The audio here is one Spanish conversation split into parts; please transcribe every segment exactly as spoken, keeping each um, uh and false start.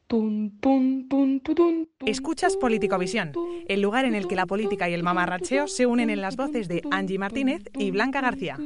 Escuchas Politicovisión, el lugar en el que la política y el mamarracheo se unen en las voces de Angie Martínez y Blanca García.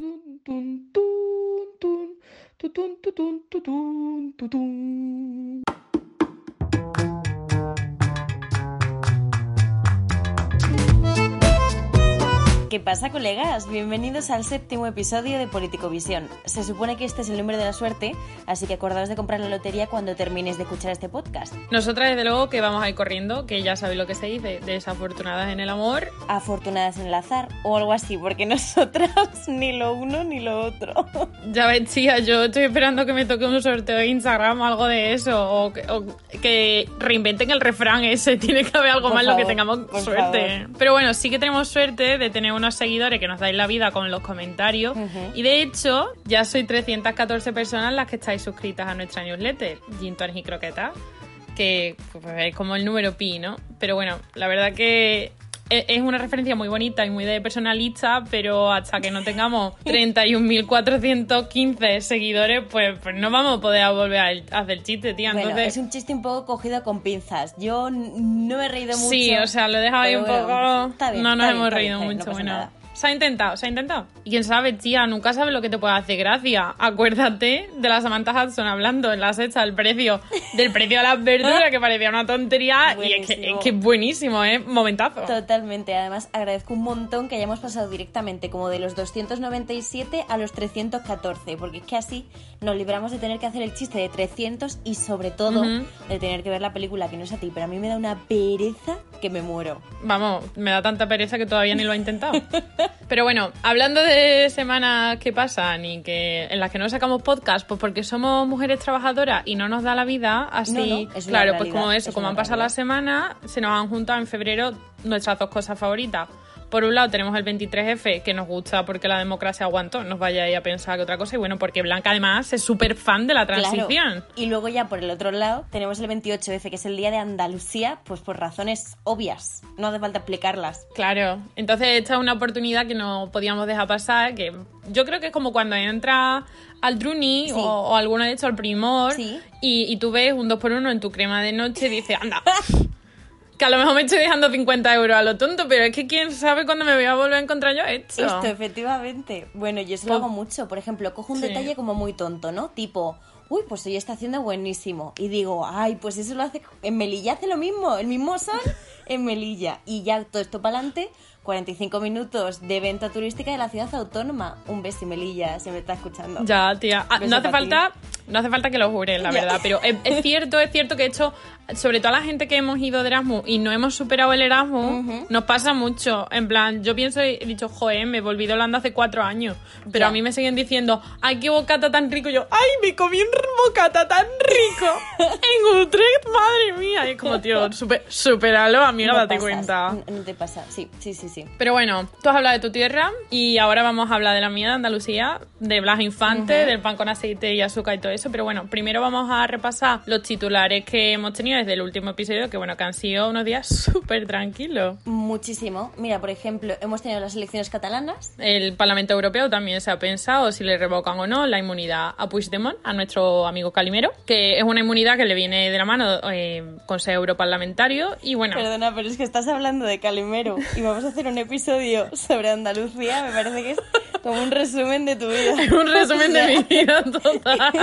¿Qué pasa, colegas? Bienvenidos al séptimo episodio de Politicovisión. Se supone que este es el número de la suerte, así que acordaos de comprar la lotería cuando terminéis de escuchar este podcast. Nosotras, desde luego, que vamos a ir corriendo, que ya sabéis lo que se dice, desafortunadas en el amor. Afortunadas en el azar, o algo así, porque nosotras ni lo uno ni lo otro. Ya ves, tía, yo estoy esperando que me toque un sorteo de Instagram o algo de eso, o que, o que reinventen el refrán ese, tiene que haber algo Por más favor, lo que tengamos suerte. favor. Pero bueno, sí que tenemos suerte de tener unos seguidores que nos dais la vida con los comentarios, uh-huh. Y de hecho ya sois trescientas catorce personas las que estáis suscritas a nuestra newsletter Gin Tonic y Croquetas, que pues, es como el número pi, ¿no? Pero bueno, la verdad que es una referencia muy bonita y muy de personalista, pero hasta que no tengamos treinta y un mil cuatrocientos quince seguidores, pues, pues no vamos a poder volver a hacer chiste, tía. Bueno, entonces... es un chiste un poco cogido con pinzas. Yo no me he reído mucho. Sí, o sea, lo he dejado ahí un bueno, poco... Está bien, no nos está hemos bien, reído está bien, mucho, no pasa bueno. nada. Se ha intentado, se ha intentado. Y quién sabe, tía, nunca sabes lo que te puede hacer gracia. Acuérdate de la Samantha Hudson hablando en la sexta del precio del precio de las verduras, que parecía una tontería. Buenísimo. Y es que, es que es buenísimo, ¿eh? Momentazo. Totalmente. Además, agradezco un montón que hayamos pasado directamente como de los doscientos noventa y siete a los trescientos catorce, porque es que así nos libramos de tener que hacer el chiste de trescientos y sobre todo uh-huh. de tener que ver la película, que no es a ti, pero a mí me da una pereza que me muero. Vamos, me da tanta pereza que todavía ni lo he intentado. Pero bueno, hablando de semanas que pasan y que en las que no sacamos podcast, pues porque somos mujeres trabajadoras y no nos da la vida, así, no, no, es claro, realidad, pues como eso, como han pasado realidad. las semanas, se nos han juntado en febrero nuestras dos cosas favoritas. Por un lado tenemos el veintitrés efe, que nos gusta porque la democracia aguantó, no os vayáis a pensar que otra cosa, y bueno, porque Blanca además es súper fan de la transición. Claro. Y luego ya por el otro lado tenemos el veintiocho efe, que es el Día de Andalucía, pues por razones obvias, no hace falta explicarlas. Claro, entonces esta es una oportunidad que no podíamos dejar pasar, que yo creo que es como cuando entra al Druni, sí. o, o alguno de hecho al Primor, sí. y, y tú ves un dos por uno en tu crema de noche y dices, anda... Que a lo mejor me estoy dejando cincuenta euros a lo tonto, pero es que quién sabe cuándo me voy a volver a encontrar yo esto. Esto, efectivamente. Bueno, yo eso lo hago mucho. Por ejemplo, cojo un sí. detalle como muy tonto, ¿no? Tipo, uy, pues hoy está haciendo buenísimo. Y digo, ay, pues eso lo hace... En Melilla hace lo mismo, el mismo sol en Melilla. Y ya todo esto para adelante, cuarenta y cinco minutos de venta turística de la ciudad autónoma. Un beso, Melilla, si me está escuchando. Ya, tía. Ah, no hace falta... No hace falta que lo jures, la verdad, pero es, es cierto, es cierto que hecho, sobre todo a la gente que hemos ido de Erasmus y no hemos superado el Erasmus, uh-huh. nos pasa mucho. En plan, yo pienso y he dicho, joder, me volví de Holanda hace cuatro años, pero ya. A mí me siguen diciendo, ay, qué bocata tan rico. Y yo, ay, me comí un bocata tan rico en Utrecht, madre mía. Y es como, tío, super, superalo, amiga, no date pasas, cuenta. No, no te pasa, sí, sí, sí, sí. Pero bueno, tú has hablado de tu tierra y ahora vamos a hablar de la mía, de Andalucía, de Blas Infante, uh-huh. del pan con aceite y azúcar y todo eso. Pero bueno, primero vamos a repasar los titulares que hemos tenido desde el último episodio, que bueno, que han sido unos días súper tranquilos. Muchísimo. Mira, por ejemplo, hemos tenido las elecciones catalanas. El Parlamento Europeo también se ha pensado si le revocan o no la inmunidad a Puigdemont, a nuestro amigo Calimero, que es una inmunidad que le viene de la mano eh, con ser europarlamentario y bueno... Perdona, pero es que estás hablando de Calimero y vamos a hacer un episodio sobre Andalucía, me parece que es como un resumen de tu vida. Un resumen de mi vida total.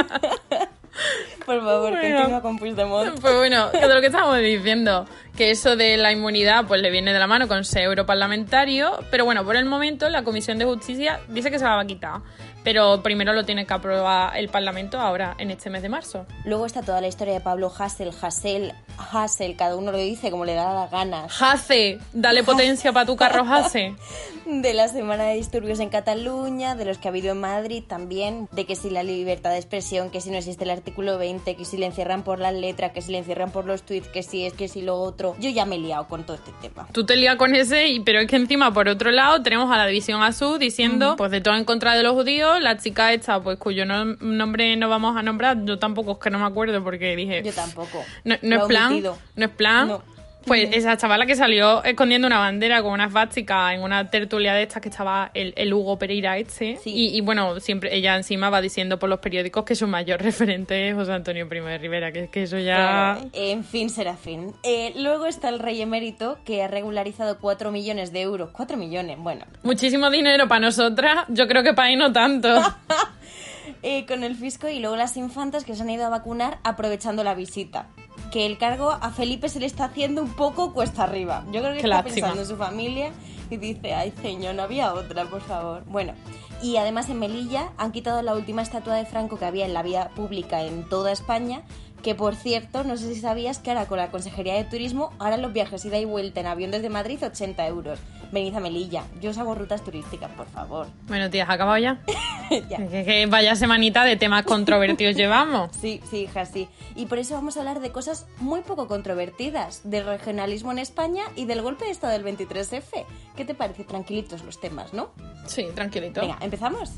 Por favor, bueno, continúa con Puigdemont. Pues bueno, que de lo que estábamos diciendo, que eso de la inmunidad pues le viene de la mano con ser europarlamentario, pero bueno, por el momento la Comisión de Justicia dice que se la va a quitar, pero primero lo tiene que aprobar el Parlamento ahora, en este mes de marzo. Luego está toda la historia de Pablo Hasél, Hasél, Hasél, cada uno lo dice como le da la gana. Hace, dale potencia para tu carro, Hace. De la semana de disturbios en Cataluña, de los que ha habido en Madrid también, de que si la libertad de expresión, que si no existe el artículo veinte, que si le encierran por las letras, que si le encierran por los tweets, que si es, que si lo otro. Yo ya me he liado con todo este tema. Tú te lías con ese, y pero es que encima, por otro lado, tenemos a la División Azul diciendo, uh-huh. pues de todo en contra de los judíos, la chica esta, pues cuyo no, nombre no vamos a nombrar, yo tampoco, es que no me acuerdo porque dije... Yo tampoco. No, no es plan, no es plan... No. Pues esa chavala que salió escondiendo una bandera con una esvástica en una tertulia de estas que estaba el, el Hugo Pereira este. Sí. Y, y bueno, siempre ella encima va diciendo por los periódicos que su mayor referente es José Antonio Primo de Rivera, que, que eso ya... Claro, en fin, Serafín. Eh, luego está el rey emérito, que ha regularizado cuatro millones de euros. cuatro millones, bueno. Muchísimo dinero para nosotras, yo creo que para ahí no tanto. eh, con el fisco, y luego las infantas que se han ido a vacunar aprovechando la visita. Que el cargo a Felipe se le está haciendo un poco cuesta arriba. Yo creo que Qué está lástima. pensando en su familia y dice, ay señor, no había otra, por favor. Bueno, y además en Melilla han quitado la última estatua de Franco que había en la vía pública en toda España, que por cierto, no sé si sabías que ahora con la Consejería de Turismo, ahora los viajes ida y vuelta en avión desde Madrid, ochenta euros. Venid a Melilla, yo os hago rutas turísticas, por favor. Bueno, tía, ¿has acabado ya? Ya. Que, que vaya semanita de temas controvertidos llevamos. Sí, sí, hija, sí. Y por eso vamos a hablar de cosas muy poco controvertidas, del regionalismo en España y del golpe de estado del veintitrés efe. ¿Qué te parece? Tranquilitos los temas, ¿no? Sí, tranquilito. Venga, ¿empezamos?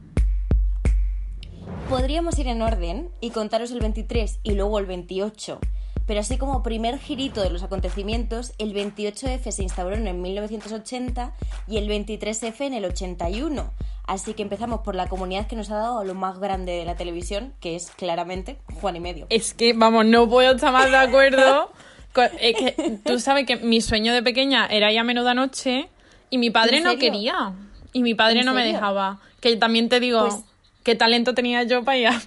Podríamos ir en orden y contaros el veintitrés y luego el veintiocho. Pero así como primer girito de los acontecimientos, el veintiocho efe se instauró en mil novecientos ochenta y el veintitrés efe en el ochenta y uno. Así que empezamos por la comunidad que nos ha dado lo más grande de la televisión, que es claramente Juan y Medio. Es que, vamos, no puedo estar más de acuerdo. con- Es que tú sabes que mi sueño de pequeña era ir a Menuda Noche y mi padre ¿En no serio? quería. Y mi padre ¿En no me serio? dejaba. Que también te digo, Pues- qué talento tenía yo para ir a,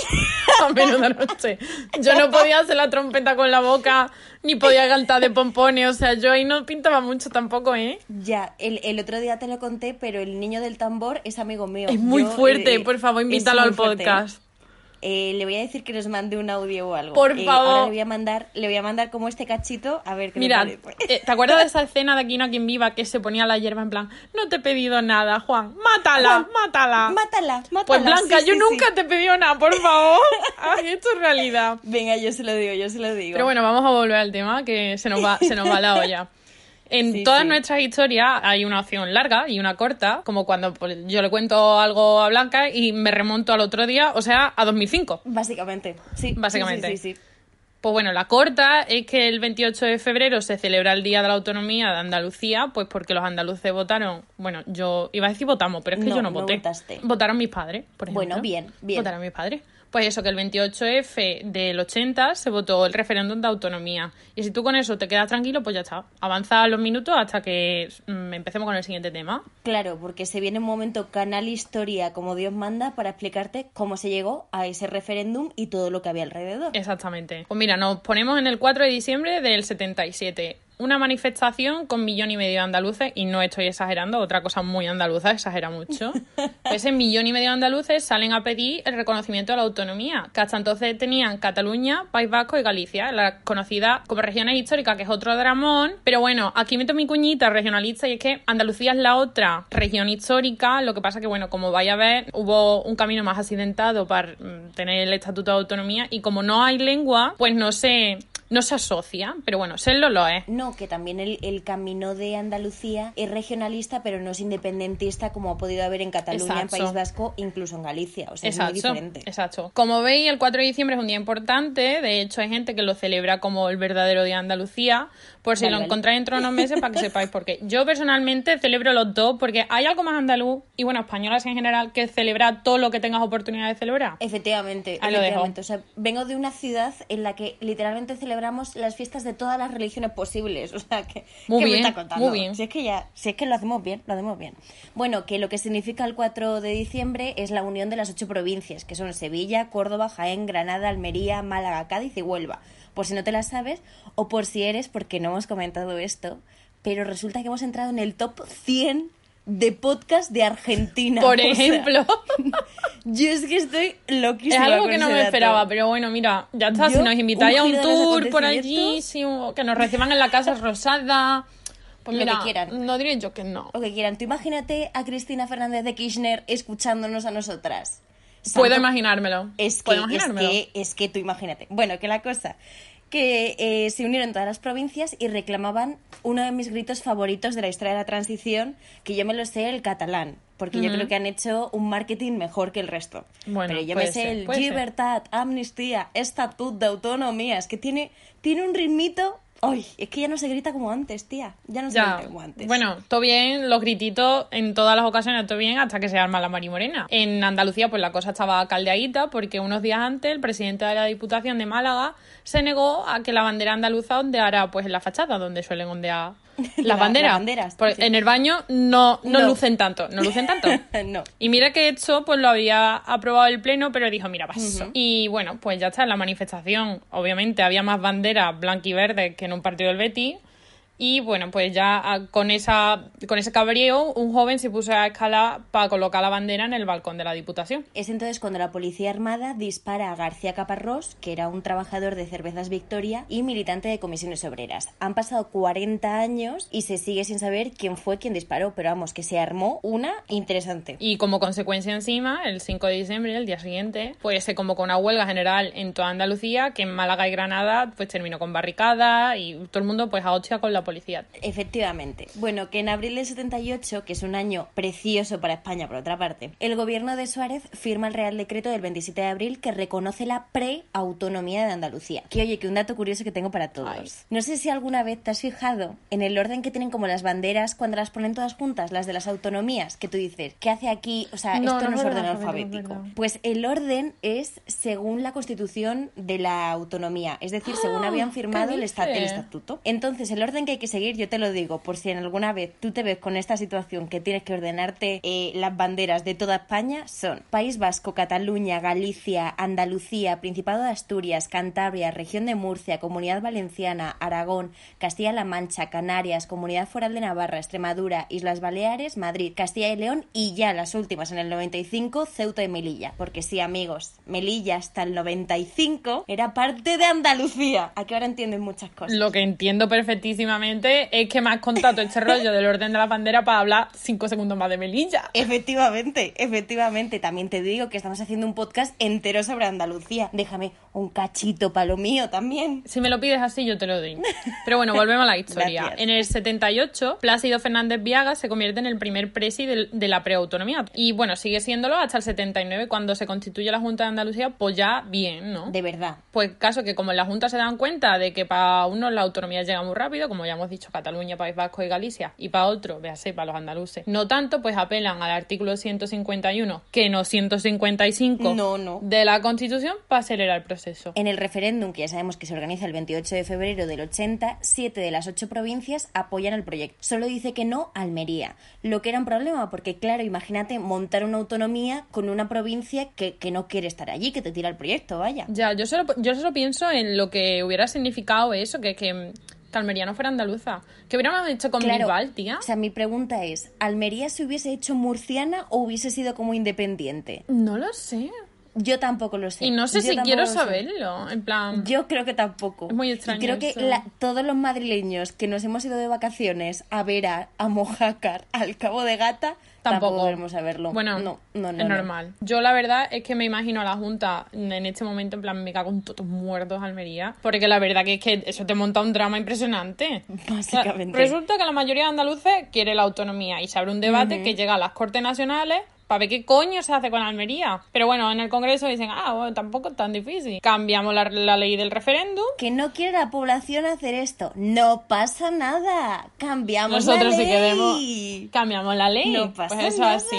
a Menuda Noche. Yo no podía hacer la trompeta con la boca, ni podía cantar de pompones. O sea, yo ahí no pintaba mucho tampoco, ¿eh? Ya, el, el otro día te lo conté, pero el niño del tambor es amigo mío. Es muy Yo, fuerte, eh, por favor, es invítalo muy al fuerte, ¿eh? podcast. Eh, le voy a decir que nos mande un audio o algo. Por Eh, favor. Ahora le voy a mandar, le voy a mandar como este cachito, a ver qué Mira, me parece. eh, ¿te acuerdas de esa escena de Aquí no hay quien viva que se ponía la hierba en plan, no te he pedido nada, Juan, mátala, Juan, mátala? Mátala, mátala. Pues Blanca, sí, yo sí, nunca sí. te he pedido nada, por favor. Haz esto realidad. Venga, yo se lo digo, yo se lo digo. Pero bueno, vamos a volver al tema que se nos va, se nos va la olla. En Sí, todas sí. nuestras historias hay una opción larga y una corta, como cuando pues, yo le cuento algo a Blanca y me remonto al otro día, o sea, a dos mil cinco. Básicamente, sí. Básicamente. Sí, sí, sí, sí. Pues bueno, la corta es que el veintiocho de febrero se celebra el Día de la Autonomía de Andalucía, pues porque los andaluces votaron, bueno, yo iba a decir votamos, pero es que No, yo no no voté. votaste. Votaron mis padres, por ejemplo. Bueno, bien, bien. Votaron mis padres. Pues eso, que el veintiocho efe del ochenta se votó el referéndum de autonomía. Y si tú con eso te quedas tranquilo, pues ya está. Avanza los minutos hasta que mm, empecemos con el siguiente tema. Claro, porque se viene un momento canal historia como Dios manda para explicarte cómo se llegó a ese referéndum y todo lo que había alrededor. Exactamente. Pues mira, nos ponemos en el cuatro de diciembre del setenta y siete. Una manifestación con millón y medio de andaluces, y no estoy exagerando, otra cosa muy andaluza, exagera mucho. Pues ese millón y medio de andaluces salen a pedir el reconocimiento de la autonomía, que hasta entonces tenían Cataluña, País Vasco y Galicia, las conocidas como regiones históricas, que es otro dramón. Pero bueno, aquí meto mi cuñita regionalista, y es que Andalucía es la otra región histórica. Lo que pasa que, bueno, como vais a ver, hubo un camino más accidentado para mm, tener el estatuto de autonomía, y como no hay lengua, pues no se... No se asocia, pero bueno, serlo lo es. No, que también el, el camino de Andalucía es regionalista, pero no es independentista como ha podido haber en Cataluña, en Exacto. País Vasco, incluso en Galicia. O sea, Exacto, es muy diferente. exacto. Como veis, el cuatro de diciembre es un día importante. De hecho, hay gente que lo celebra como el verdadero Día de Andalucía. Por si Vale, lo vale. encontráis dentro de unos meses, para que sepáis por qué. Yo personalmente celebro los dos, porque hay algo más andaluz, y bueno, españolas en general, que celebra todo lo que tengas oportunidad de celebrar. Efectivamente, Ahí lo dejo. efectivamente. O sea, vengo de una ciudad en la que literalmente celebramos las fiestas de todas las religiones posibles. O sea, que Muy ¿qué me bien, está contando? muy bien. Si es que ya, si es que lo hacemos bien, lo hacemos bien. Bueno, que lo que significa el cuatro de diciembre es la unión de las ocho provincias, que son Sevilla, Córdoba, Jaén, Granada, Almería, Málaga, Cádiz y Huelva. Por si no te la sabes, o por si eres, porque no hemos comentado esto, pero resulta que hemos entrado en el top cien de podcast de Argentina. Por O sea, ejemplo, yo es que estoy es loquísima. algo con que no ese me dato. esperaba, pero bueno, mira, ya está. Yo, Si nos invitáis un a un giro de los tour por allí, acontecimientos. si, que nos reciban en la Casa Rosada, pues Lo mira, que quieran. no diré yo que no. O que quieran. Tú imagínate a Cristina Fernández de Kirchner escuchándonos a nosotras. Puedo Santo- imaginármelo. Es que, Puedo es imaginármelo. que, es que tú imagínate. Bueno, que la cosa, que eh, se unieron todas las provincias y reclamaban uno de mis gritos favoritos de la historia de la transición, que yo me lo sé, el catalán, porque yo Ujú. creo que han hecho un marketing mejor que el resto. Bueno, Pero yo me puede sé ser, el puede ser. Llibertat, Amnistía, Estatut de Autonomía, es que tiene, tiene un ritmito Ay, es que ya no se grita como antes, tía. Ya no se Ya. grita como antes. Bueno, todo bien, los grititos en todas las ocasiones, todo bien, hasta que se arma la marimorena. En Andalucía, pues la cosa estaba caldeadita, porque unos días antes el presidente de la Diputación de Málaga se negó a que la bandera andaluza ondeara pues en la fachada, donde suelen ondear las La- banderas. las banderas, Porque sí. en el baño no, no, No. lucen tanto, no lucen tanto. No. Y mira que esto pues lo había aprobado el Pleno, pero dijo, mira, paso. Y bueno, pues ya está, en la manifestación, obviamente había más banderas blanca y verde que en un partido del Betis. Y bueno, pues ya ah, con esa con ese cabreo, un joven se puso a escalar para colocar la bandera en el balcón de la Diputación. Es entonces cuando la Policía Armada dispara a García Caparrós, que era un trabajador de Cervezas Victoria y militante de Comisiones Obreras. Han pasado cuarenta años y se sigue sin saber quién fue quien disparó, pero vamos, que se armó una interesante. Y como consecuencia encima, el cinco de diciembre, el día siguiente, pues se convocó una huelga general en toda Andalucía, que en Málaga y Granada pues terminó con barricadas y todo el mundo pues a hostia con la policía. Efectivamente. Bueno, que en abril del setenta y ocho, que es un año precioso para España por otra parte, el gobierno de Suárez firma el Real Decreto del veintisiete de abril que reconoce la pre-autonomía de Andalucía. Que oye, que un dato curioso que tengo para todos. Ay. No sé si alguna vez te has fijado en el orden que tienen como las banderas cuando las ponen todas juntas, las de las autonomías, que tú dices, ¿qué hace aquí? O sea, No, esto no no, es es verdad, orden alfabético, alfabético. es verdad. Pues el orden es según la constitución de la autonomía, es decir, según Ah, habían ¿qué firmado el, esta- el dices? estatuto. Entonces, el orden que hay que seguir, yo te lo digo, por si en alguna vez tú te ves con esta situación que tienes que ordenarte eh, las banderas de toda España, son País Vasco, Cataluña, Galicia, Andalucía, Principado de Asturias, Cantabria, Región de Murcia, Comunidad Valenciana, Aragón, Castilla-La Mancha, Canarias, Comunidad Foral de Navarra, Extremadura, Islas Baleares, Madrid, Castilla y León y ya las últimas en el noventa y cinco, Ceuta y Melilla. Porque sí, amigos, Melilla hasta el noventa y cinco era parte de Andalucía. Aquí ahora entienden muchas cosas. Lo que entiendo perfectísimamente es que me has contado todo este rollo del orden de la bandera para hablar cinco segundos más de Melilla. Efectivamente, efectivamente. También te digo que estamos haciendo un podcast entero sobre Andalucía. Déjame un cachito para lo mío también. Si me lo pides así, yo te lo doy. Pero bueno, volvemos a la historia. Gracias. En el setenta y ocho, Plácido Fernández Viaga se convierte en el primer presi de, de la preautonomía. Y bueno, sigue siéndolo hasta el setenta y nueve, cuando se constituye la Junta de Andalucía, pues ya bien, ¿no? De verdad. Pues caso que como en la Junta se dan cuenta de que para unos la autonomía llega muy rápido, como ya hemos dicho, Cataluña, País Vasco y Galicia, y para otros, véase, para los andaluces, no tanto, pues apelan al artículo ciento cincuenta y uno, que no ciento cincuenta y cinco No, no. de la Constitución, para acelerar el proceso. En el referéndum, que ya sabemos que se organiza el veintiocho de febrero del ochenta, siete de las ocho provincias apoyan el proyecto. Solo dice que no Almería, lo que era un problema, porque claro, imagínate montar una autonomía con una provincia que, que no quiere estar allí, que te tira el proyecto, vaya. Ya, yo solo, yo solo pienso en lo que hubiera significado eso, que, que, que Almería no fuera andaluza. ¿Qué hubiéramos hecho con Claro, Bilbao, tía? o sea, mi pregunta es, ¿Almería se hubiese hecho murciana o hubiese sido como independiente? No lo sé. Yo tampoco lo sé. Y no sé Yo si tampoco quiero lo sé. saberlo. En plan... Yo creo que tampoco. Es muy extraño Y creo que eso. la- todos los madrileños que nos hemos ido de vacaciones a Vera, a Mojácar, al Cabo de Gata, tampoco, Tampoco. queremos saberlo. Bueno, no, no, no, es no. normal. Yo la verdad es que me imagino a la Junta en este momento, en plan, me cago en todos muertos Almería, porque la verdad que es que eso te monta un drama impresionante. Básicamente. O sea, resulta que la mayoría de andaluces quiere la autonomía y se abre un debate que llega a las Cortes Nacionales para ver qué coño se hace con Almería. Pero bueno, en el Congreso dicen, ah, bueno, tampoco es tan difícil. Cambiamos la, la ley del referéndum. Que no quiere la población hacer esto. No pasa nada. Cambiamos Nosotros la si ley. queremos cambiamos la ley. No pasa pues eso nada. así.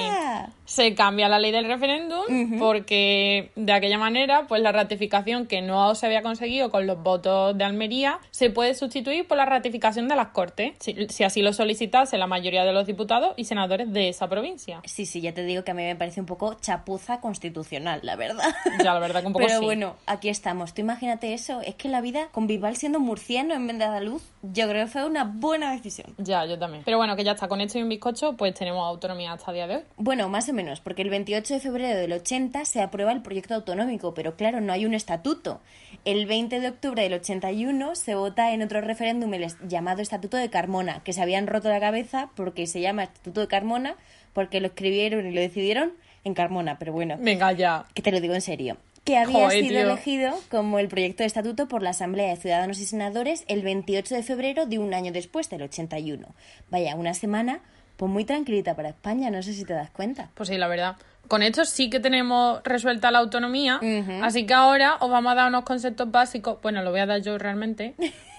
Se cambia la ley del referéndum porque de aquella manera pues la ratificación que no se había conseguido con los votos de Almería se puede sustituir por la ratificación de las Cortes, si, si así lo solicitase la mayoría de los diputados y senadores de esa provincia. Sí, sí, ya te digo que a mí me parece un poco chapuza constitucional, la verdad. Ya, la verdad que un poco Pero sí. bueno, aquí estamos. Tú imagínate eso. Es que la vida con Bisbal siendo murciano en vez de andaluz, yo creo que fue una buena decisión. Ya, yo también. Pero bueno, que ya está, con esto y un bizcocho pues tenemos autonomía hasta el día de hoy. Bueno, más o menos, porque el veintiocho de febrero del ochenta se aprueba el proyecto autonómico, pero claro, no hay un estatuto. El veinte de octubre del ochenta y uno se vota en otro referéndum el es- llamado Estatuto de Carmona, que se habían roto la cabeza porque se llama Estatuto de Carmona, porque lo escribieron y lo decidieron en Carmona, pero bueno, Venga, ya. que te lo digo en serio. Que había Joder, sido tío. elegido como el proyecto de estatuto por la Asamblea de Ciudadanos y Senadores el veintiocho de febrero de un año después, del ochenta y uno. Vaya, una semana pues muy tranquilita para España, no sé si te das cuenta. Pues sí, la verdad. Con esto sí que tenemos resuelta la autonomía, Ujú. así que ahora os vamos a dar unos conceptos básicos. Bueno, lo voy a dar yo realmente.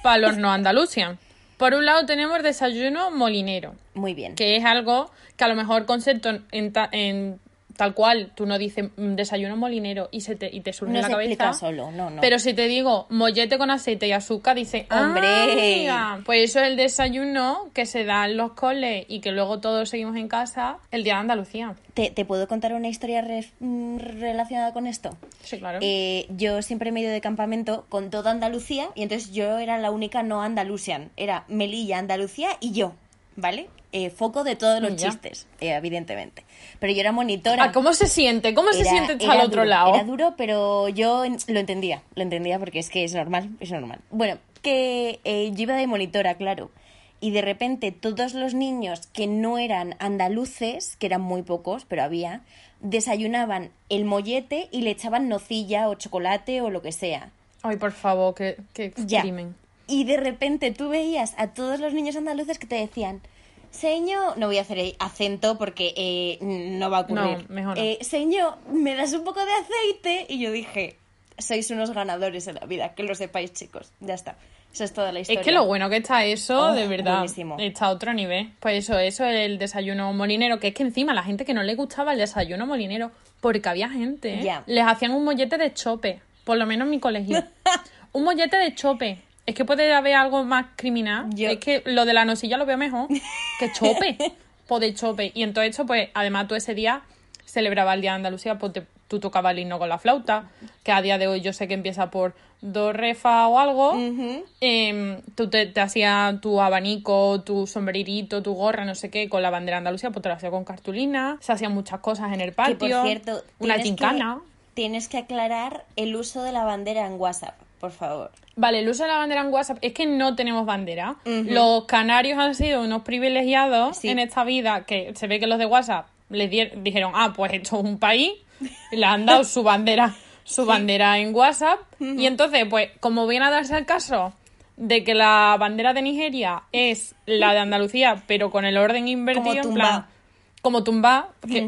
para los no Andalusian. Por un lado tenemos desayuno molinero. Muy bien. Que es algo que a lo mejor concepto en, ta, en tal cual, tú no dices desayuno molinero y, se te, y te surge no en la se cabeza. explica solo, no, no. Pero si te digo mollete con aceite y azúcar, dices, ¡hombre! ¡ah, amiga! Pues eso es el desayuno que se da en los coles y que luego todos seguimos en casa el día de Andalucía. ¿Te, te puedo contar una historia re, relacionada con esto? Sí, claro. Eh, yo siempre me he ido de campamento con toda Andalucía y entonces yo era la única no andalusian. Era Melilla, Andalucía y yo, ¿vale? Eh, foco de todos los ya. chistes, eh, evidentemente. Pero yo era monitora. Ah, ¿cómo se siente? ¿Cómo se Era- siente estar era al otro duro, lado? Era duro, pero yo en- lo entendía. Lo entendía porque es que es normal, es normal. Bueno, que eh, yo iba de monitora, claro. Y de repente todos los niños que no eran andaluces, que eran muy pocos, pero había, desayunaban el mollete y le echaban nocilla o chocolate o lo que sea. Ay, por favor, qué, qué Ya. crimen. Y de repente tú veías a todos los niños andaluces que te decían, señor, no voy a hacer el acento porque eh, no va a ocurrir. No, mejor no. Eh, señor, ¿me das un poco de aceite? Y yo dije, sois unos ganadores en la vida, que lo sepáis, chicos. Ya está. Esa es toda la historia. Es que lo bueno que está eso, Oh, de verdad, buenísimo. está a otro nivel. Pues eso, eso es el desayuno molinero, que es que encima la gente que no le gustaba el desayuno molinero, porque había gente, ¿eh? Ya. Les hacían un mollete de chope, por lo menos en mi colegio. Un mollete de chope. Es que puede haber algo más criminal. Yo- Es que lo de la nosilla lo veo mejor que chope. Pues de chope. Y en todo esto, pues, además tú ese día celebrabas el Día de Andalucía, pues te- tú tocabas el himno con la flauta, que a día de hoy yo sé que empieza por do, re, fa o algo. Ujú. Eh, tú te, te hacías tu abanico, tu sombrerito, tu gorra, no sé qué, con la bandera de Andalucía, pues te lo hacía con cartulina. Se hacían muchas cosas en el Que patio. por cierto, una tienes gincana. que- tienes que aclarar el uso de la bandera en WhatsApp, por favor. Vale, el uso de la bandera en WhatsApp es que no tenemos bandera. Ujú. Los canarios han sido unos privilegiados Sí. en esta vida, que se ve que los de WhatsApp les di- dijeron, ah, pues esto es un país, y le han dado su bandera, su bandera en WhatsApp, y entonces, pues, como viene a darse el caso de que la bandera de Nigeria es la de Andalucía, pero con el orden invertido, Como en tumbá. plan, como tumba,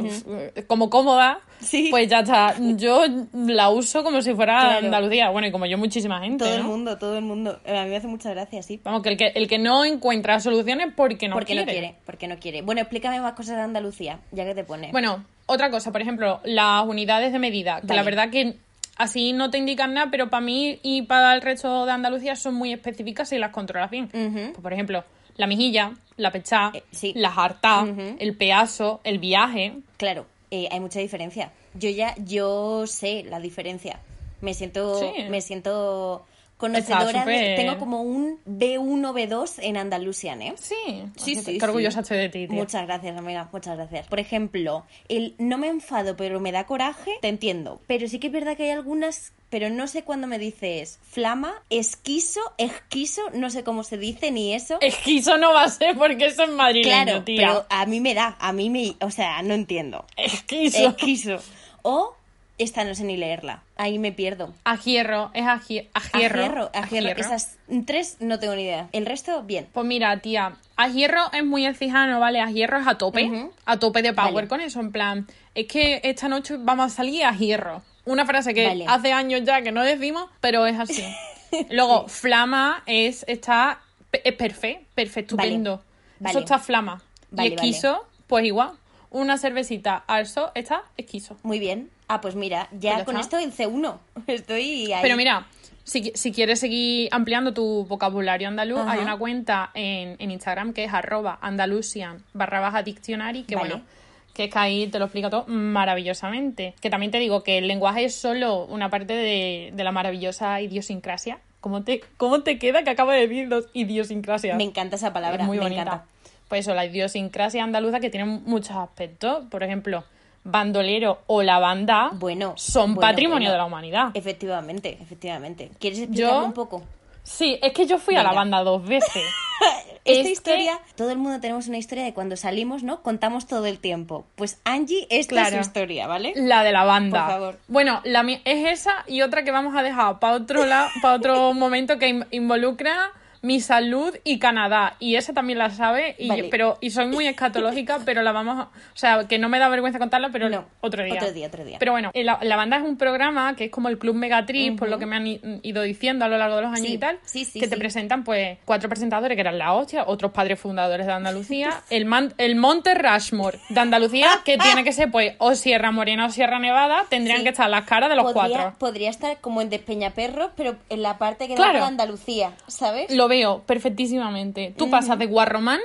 como cómoda, Sí. pues ya está. Yo la uso como si fuera Claro. Andalucía. Bueno, y como yo, muchísima gente, Todo el ¿no? mundo, todo el mundo. A mí me hace mucha gracia, sí. Vamos, que el que, el que no encuentra soluciones porque no porque quiere. no quiere, porque no quiere. Bueno, explícame más cosas de Andalucía, ya que te pone. Bueno, otra cosa, por ejemplo, las unidades de medida, que Vale. la verdad que así no te indican nada, pero para mí y para el resto de Andalucía son muy específicas si las controlas bien. Ujú. Pues, por ejemplo, la mejilla, la pechá, Eh, sí. la jartá, Ujú. el peaso, el viaje. Claro, eh, hay mucha diferencia. Yo ya, yo sé la diferencia. Me siento, Sí. me siento Está conocedora de, súper- tengo como un B uno, B dos en Andalusian, ¿eh? Sí, Sí, Qué- sí, Qué orgullosa sí. estoy de ti, tía. Muchas gracias, amiga, muchas gracias. Por ejemplo, el no me enfado, pero me da coraje, te entiendo. Pero sí que es verdad que hay algunas, pero no sé cuándo me dices flama, esquizo, esquizo, no sé cómo se dice ni eso. Esquizo no va a ser porque eso es madrileño, Claro, tía. pero a mí me da, a mí me, o sea, no entiendo. Esquizo. Esquizo. O esta no sé ni leerla, ahí me pierdo. Ajierro, es aji- ajierro. Ajierro, ajierro. Ajierro. Esas tres no tengo ni idea. El resto, bien. Pues mira, tía, Ajierro es muy el cijano, ¿vale? Ajierro es a tope, Ujú. a tope de power Vale. con eso, en plan, es que esta noche vamos a salir a Ajierro. Una frase que Vale. hace años ya que no decimos, pero es así. Luego, flama es, está, es perfecto, perfecto, Vale. estupendo. Vale. Eso está flama. Vale, y esquizo, pues igual, una cervecita al sol está esquizo. Muy bien. Ah, pues mira, ya Pues ya con está. esto el C uno. Estoy ahí. Pero mira, si, si quieres seguir ampliando tu vocabulario andaluz, Ajá. hay una cuenta en, en Instagram que es arroba andalusian barra baja diccionary, que Vale. bueno, que es que ahí te lo explica todo maravillosamente. Que también te digo que el lenguaje es solo una parte de, de la maravillosa idiosincrasia. ¿Cómo te, ¿Cómo te queda que acabo de decir dos idiosincrasias? Me encanta esa palabra, Es muy me bonita. encanta. Pues eso, la idiosincrasia andaluza que tiene muchos aspectos. Por ejemplo, bandolero o la banda Bueno, son bueno, patrimonio bueno. de la humanidad. Efectivamente, efectivamente. ¿Quieres explicarme Yo- un poco? Sí, es que yo fui a la Venga. banda dos veces. Esta Es que- historia, todo el mundo tenemos una historia de cuando salimos, ¿no? Contamos todo el tiempo. Pues Angie, esta Claro. es su historia, ¿vale? La de la banda. Por favor. Bueno, la mía es esa y otra que vamos a dejar para otro lado, para otro momento que in- involucra Mi Salud y Canadá. Y esa también la sabe, y, Vale. pero, y soy muy escatológica, pero la vamos a... O sea, que no me da vergüenza contarla, pero No, otro día. otro día, otro día. Pero bueno, la, la banda es un programa que es como el Club Megatrix, Ujú. por lo que me han i- ido diciendo a lo largo de los años Sí, y tal, sí, sí, que te sí. presentan pues cuatro presentadores que eran la hostia, otros padres fundadores de Andalucía, el, man- el Monte Rushmore de Andalucía, que tiene que ser pues o Sierra Morena o Sierra Nevada, tendrían Sí. que estar las caras de los podría, cuatro. podría estar como en Despeñaperros, pero en la parte que da Claro. por Andalucía, ¿sabes? Lo veo perfectísimamente. Tú pasas de Guarromán,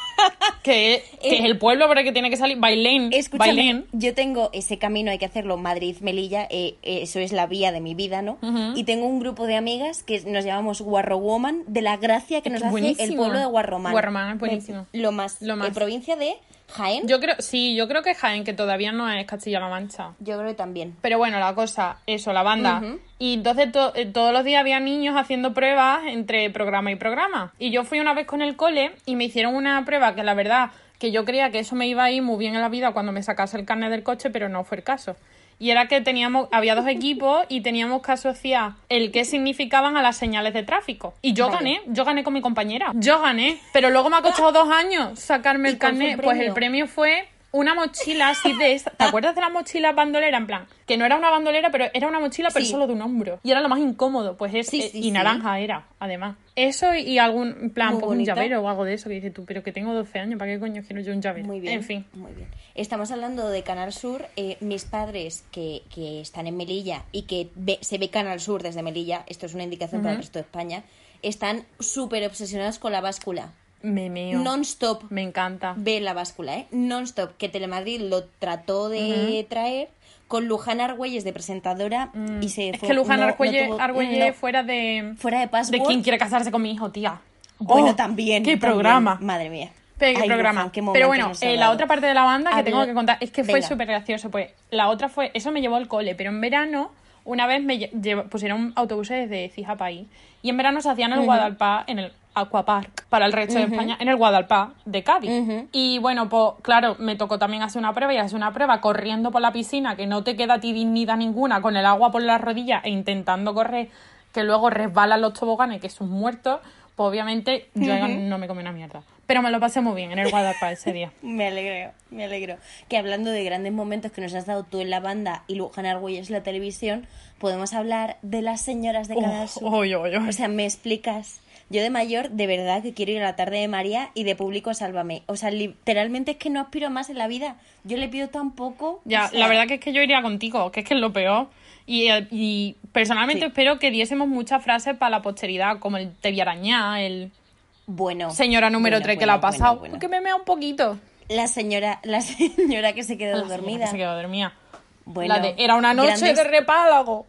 que, que es el pueblo por el que tiene que salir, Bailén, Escúchame, Bailén. yo tengo ese camino, hay que hacerlo, Madrid-Melilla, eh, eh, eso es la vía de mi vida, ¿no? Ujú. Y tengo un grupo de amigas que nos llamamos Guarro Woman, de la gracia que Es nos que hace el buenísimo. pueblo de Guarromán. Guarromán es buenísimo. Lo más. Lo más. Eh, provincia de Jaén, Yo creo, sí, yo creo que Jaén, que todavía no es Castilla-La Mancha. yo creo que también. Pero bueno, la cosa, eso, la banda. Ujú. Y entonces to- eh, todos los días había niños haciendo pruebas entre programa y programa. Y yo fui una vez con el cole y me hicieron una prueba que la verdad que yo creía que eso me iba a ir muy bien en la vida cuando me sacase el carnet del coche, pero no fue el caso. Y era que teníamos, había dos equipos y teníamos que asociar el qué significaban a las señales de tráfico. Y yo Vale. gané, yo gané con mi compañera. Yo gané, pero luego me ha costado dos años sacarme ¿Y el cuál fue el carnet. Pues el premio? premio fue una mochila así de esta. ¿Te acuerdas de la mochila bandolera? En plan, que no era una bandolera, pero era una mochila, pero Sí. solo de un hombro. Y era lo más incómodo, pues es. Sí, eh, sí, y sí. naranja era, además. Eso y, y algún, en plan, Muy pues un bonito. llavero o algo de eso, que dices tú, pero que tengo doce años, ¿para qué coño quiero yo un llavero? Muy bien. En fin. Muy bien. Estamos hablando de Canal Sur. Eh, mis padres que, que están en Melilla y que ve- se ve Canal Sur desde Melilla, esto es una indicación para el resto de España, están súper obsesionados con la báscula. Me meo. Non-stop. Me encanta. Ve la báscula, ¿eh? Non-stop. Que Telemadrid lo trató de traer con Luján Argüelles de presentadora y se Es fue- que Luján no- no Argüelles tuvo- Argüelles no. fuera de. Fuera de De Password. quién quiere casarse con mi hijo, tía. Bueno, Oh, también. ¡Qué también. programa! Madre mía. Pero, Ay, programa. Luján, qué Pero momentos bueno, nos ha eh, la dado. otra parte de la banda que Habla- tengo que contar es que fue Venga. súper gracioso. Pues la otra fue, eso me llevó al cole, pero en verano, una vez me lle- llev- pusieron autobuses desde Cija País y en verano se hacían el Guadalpá en el Aquapark para el resto de España, en el Guadalpá de Cádiz. Ujú. Y bueno, pues claro, me tocó también hacer una prueba y hacer una prueba corriendo por la piscina, que no te queda a ti dignidad ninguna, con el agua por las rodillas e intentando correr, que luego resbalan los toboganes, que son muertos. Pues obviamente yo no me comí una mierda. Pero me lo pasé muy bien en el Guadalpá ese día. Me alegro, me alegro. Que hablando de grandes momentos que nos has dado tú en la banda y Luján Argüelles en la televisión, podemos hablar de las señoras de Canal Sur. Oh, oy, oy, oy. O sea, me explicas. Yo de mayor, de verdad, que quiero ir a la tarde de María y de público Sálvame. O sea, literalmente es que no aspiro a más en la vida. Yo le pido tan poco. Ya, o sea, la verdad que es que yo iría contigo, que es que es lo peor. Y, eh, y personalmente Sí. espero que diésemos muchas frases para la posteridad, como el te vi arañar, el Bueno. señora número bueno, tres que bueno, la ha pasado. bueno, bueno. Porque me mea un poquito. La señora, la señora que se quedó La señora dormida. que se quedó dormida. Bueno, La de, era una noche grandes- de repálago.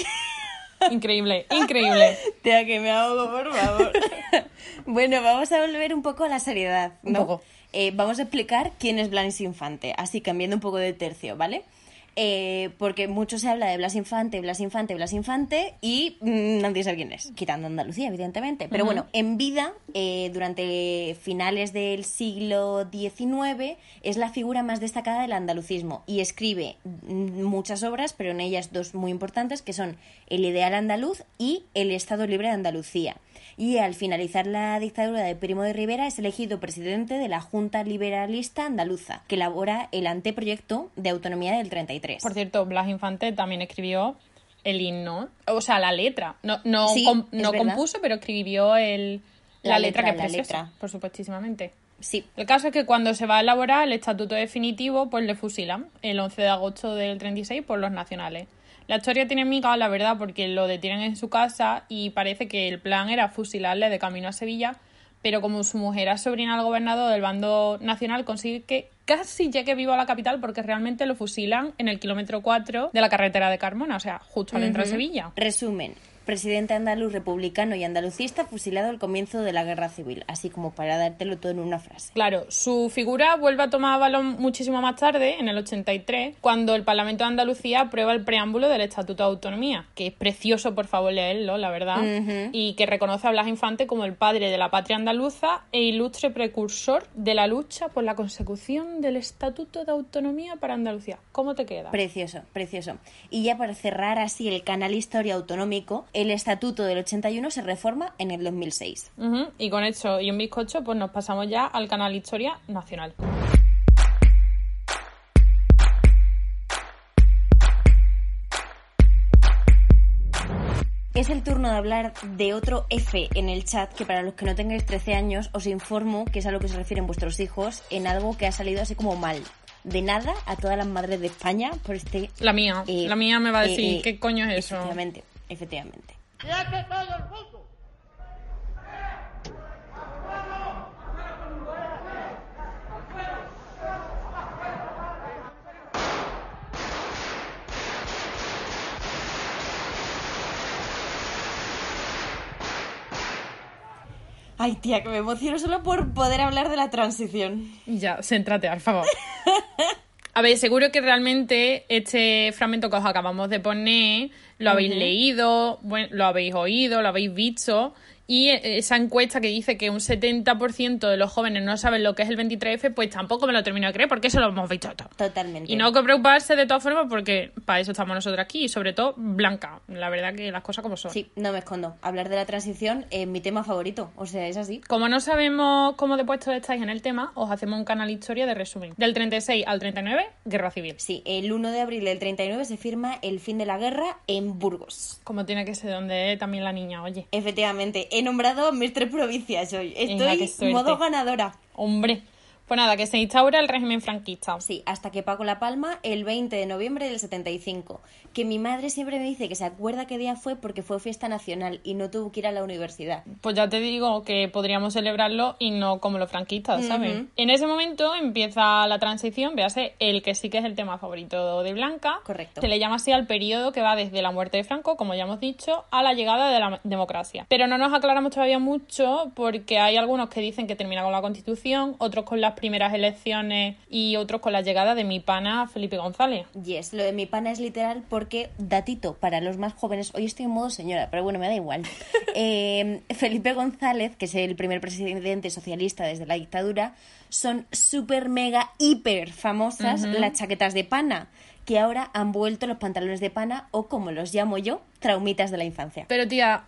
Increíble, increíble. Tía, que me ahogo, por favor. Bueno, vamos a volver un poco a la seriedad, Un ¿no? poco. Eh, vamos a explicar quién es Blas Infante, así cambiando un poco de tercio, ¿vale? Eh, porque mucho se habla de Blas Infante, Blas Infante, Blas Infante y mm, nadie sabe quién es, quitando Andalucía, evidentemente. Pero bueno, en vida, eh, durante finales del siglo diecinueve, es la figura más destacada del andalucismo y escribe mm, muchas obras, pero en ellas dos muy importantes, que son El ideal andaluz y El Estado Libre de Andalucía. Y al finalizar la dictadura de Primo de Rivera es elegido presidente de la Junta Liberalista Andaluza, que elabora el anteproyecto de autonomía del treinta y tres. Por cierto, Blas Infante también escribió el himno, o sea, la letra. No, no, Sí, com- es no verdad. compuso, pero escribió el, la, La letra, letra, que la es preciosa, letra. por supuestísimamente. Sí, El caso es que cuando se va a elaborar el estatuto definitivo, pues le fusilan el once de agosto del treinta y seis por los nacionales. La historia tiene miga, la verdad, porque lo detienen en su casa y parece que el plan era fusilarle de camino a Sevilla, pero como su mujer es sobrina del gobernador del bando nacional, consigue que casi llegue vivo a la capital porque realmente lo fusilan en el kilómetro cuatro de la carretera de Carmona, o sea, justo al entrar a Sevilla. resumen. Presidente andaluz republicano y andalucista fusilado al comienzo de la Guerra Civil, así como para dártelo todo en una frase. Claro, su figura vuelve a tomar valor muchísimo más tarde, en el ochenta y tres, cuando el Parlamento de Andalucía aprueba el preámbulo del Estatuto de Autonomía, que es precioso, por favor, leerlo, la verdad, Ujú. y que reconoce a Blas Infante como el padre de la patria andaluza e ilustre precursor de la lucha por la consecución del Estatuto de Autonomía para Andalucía. ¿Cómo te queda? Precioso, precioso. Y ya para cerrar así el canal Historia Autonómico, el estatuto del ochenta y uno se reforma en el dos mil seis. Uh-huh. Y con esto y un bizcocho, pues nos pasamos ya al canal Historia Nacional. Es el turno de hablar de otro F en el chat, que para los que no tengáis trece años os informo que es a lo que se refieren vuestros hijos en algo que ha salido así como mal. De nada a todas las madres de España por este... La mía, eh, la mía me va a decir, eh, eh, ¿qué coño es eso? Efectivamente, efectivamente. ¡Fíjate todo el mundo! Ay, tía, que me emociono solo por poder hablar de la transición. Ya, céntrate, por favor. A ver, seguro que realmente este fragmento que os acabamos de poner lo habéis uh-huh. leído, bueno, lo habéis oído, lo habéis visto. Y esa encuesta que dice que un setenta por ciento de los jóvenes no saben lo que es el veintitrés efe, pues tampoco me lo termino de creer, porque eso lo hemos visto todo. Totalmente. Y no hay que preocuparse de todas formas, porque para eso estamos nosotros aquí, y sobre todo Blanca. La verdad que las cosas como son. Sí, no me escondo. Hablar de la transición es mi tema favorito, o sea, es así. Como no sabemos cómo de puestos estáis en el tema, os hacemos un canal Historia de resumen. Del treinta y seis al treinta y nueve, Guerra Civil. Sí, el uno de abril del treinta y nueve se firma el fin de la guerra en Burgos. Como tiene que ser donde es también la niña, oye. Efectivamente, he nombrado mis tres provincias hoy. Estoy modo ganadora. Hombre, pues nada, que se instaura el régimen franquista. Sí, hasta que Paco La Palma el veinte de noviembre del setenta y cinco. Que mi madre siempre me dice que se acuerda qué día fue porque fue fiesta nacional y no tuvo que ir a la universidad. Pues ya te digo que podríamos celebrarlo y no como los franquistas, ¿sabes? Uh-huh. En ese momento empieza la transición, véase, el que sí que es el tema favorito de Blanca. Correcto. Se le llama así al periodo que va desde la muerte de Franco, como ya hemos dicho, a la llegada de la democracia. Pero no nos aclaramos todavía mucho porque hay algunos que dicen que termina con la Constitución, otros con las primeras elecciones y otros con la llegada de mi pana Felipe González. Yes, lo de mi pana es literal porque, datito, para los más jóvenes, hoy estoy en modo señora, pero bueno, me da igual. eh, Felipe González, que es el primer presidente socialista desde la dictadura, son súper, mega, hiper famosas uh-huh. las chaquetas de pana, que ahora han vuelto los pantalones de pana, o como los llamo yo, traumitas de la infancia. Pero tía,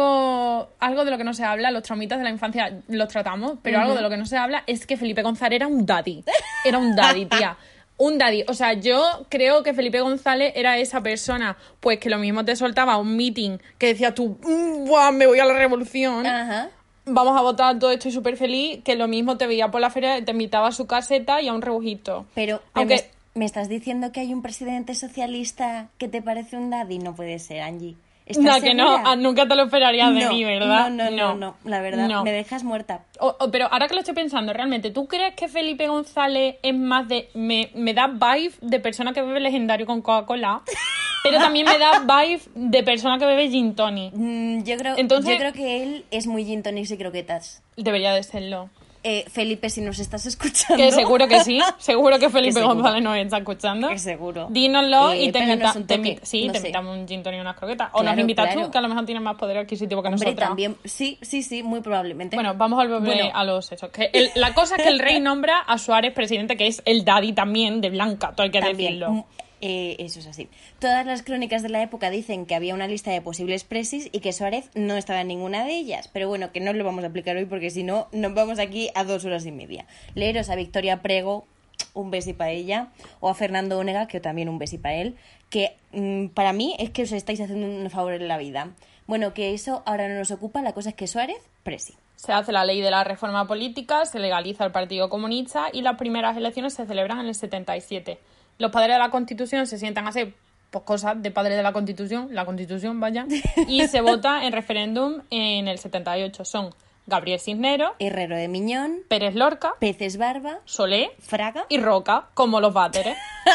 algo, algo de lo que no se habla, los traumitas de la infancia los tratamos, pero uh-huh. algo de lo que no se habla es que Felipe González era un daddy. Era un daddy, tía. Un daddy. O sea, yo creo que Felipe González era esa persona, pues que lo mismo te soltaba un meeting que decía tú, ¡buah, me voy a la revolución! Ajá. Vamos a votar todo esto y súper feliz, que lo mismo te veía por la feria, te invitaba a su caseta y a un rebujito. Pero, aunque... me, ¿me estás diciendo que hay un presidente socialista que te parece un daddy? No puede ser, Angie. No, que no, ah, nunca te lo esperarías de no, mí, ¿verdad? No, no, no, no, no, la verdad, no. Me dejas muerta. O, o, pero ahora que lo estoy pensando, realmente, ¿tú crees que Felipe González es más de... Me, me da vibe de persona que bebe legendario con Coca-Cola, pero también me da vibe de persona que bebe gin tonic? Mm, yo, creo, Entonces, yo creo que él es muy gin tonic y croquetas. Debería de serlo. Eh, Felipe, si nos estás escuchando... Que seguro que sí, seguro que Felipe que González nos está escuchando. Que seguro. Dínoslo eh, y te invitamos te sí, no te sé. invitamos un gin tonic y unas croquetas. O claro, nos invitas claro. tú, que a lo mejor tienes más poder adquisitivo que Hombre, nosotras. También, sí, sí, sí, muy probablemente. Bueno, vamos a volver bueno. a los hechos. Que el, la cosa es que el rey nombra a Suárez presidente, que es el daddy también de Blanca, todo hay que también. decirlo. Eh, eso es así. Todas las crónicas de la época dicen que había una lista de posibles presis y que Suárez no estaba en ninguna de ellas. Pero bueno, que no lo vamos a aplicar hoy porque si no, nos vamos aquí a dos horas y media. Leeros a Victoria Prego, un besi para ella, o a Fernando Onega, que también un besi para él, que mmm, para mí es que os estáis haciendo un favor en la vida. Bueno, que eso ahora no nos ocupa, la cosa es que Suárez, presi. Se hace la ley de la reforma política, se legaliza el Partido Comunista y las primeras elecciones se celebran en el setenta y siete. Los padres de la Constitución se sientan a hacer pues, cosas de padres de la Constitución, la Constitución, vaya, y se vota en referéndum en el setenta y ocho. Son Gabriel Cisneros, Herrero de Miñón, Pérez Lorca, Peces Barba, Solé, Fraga y Roca, como los váteres.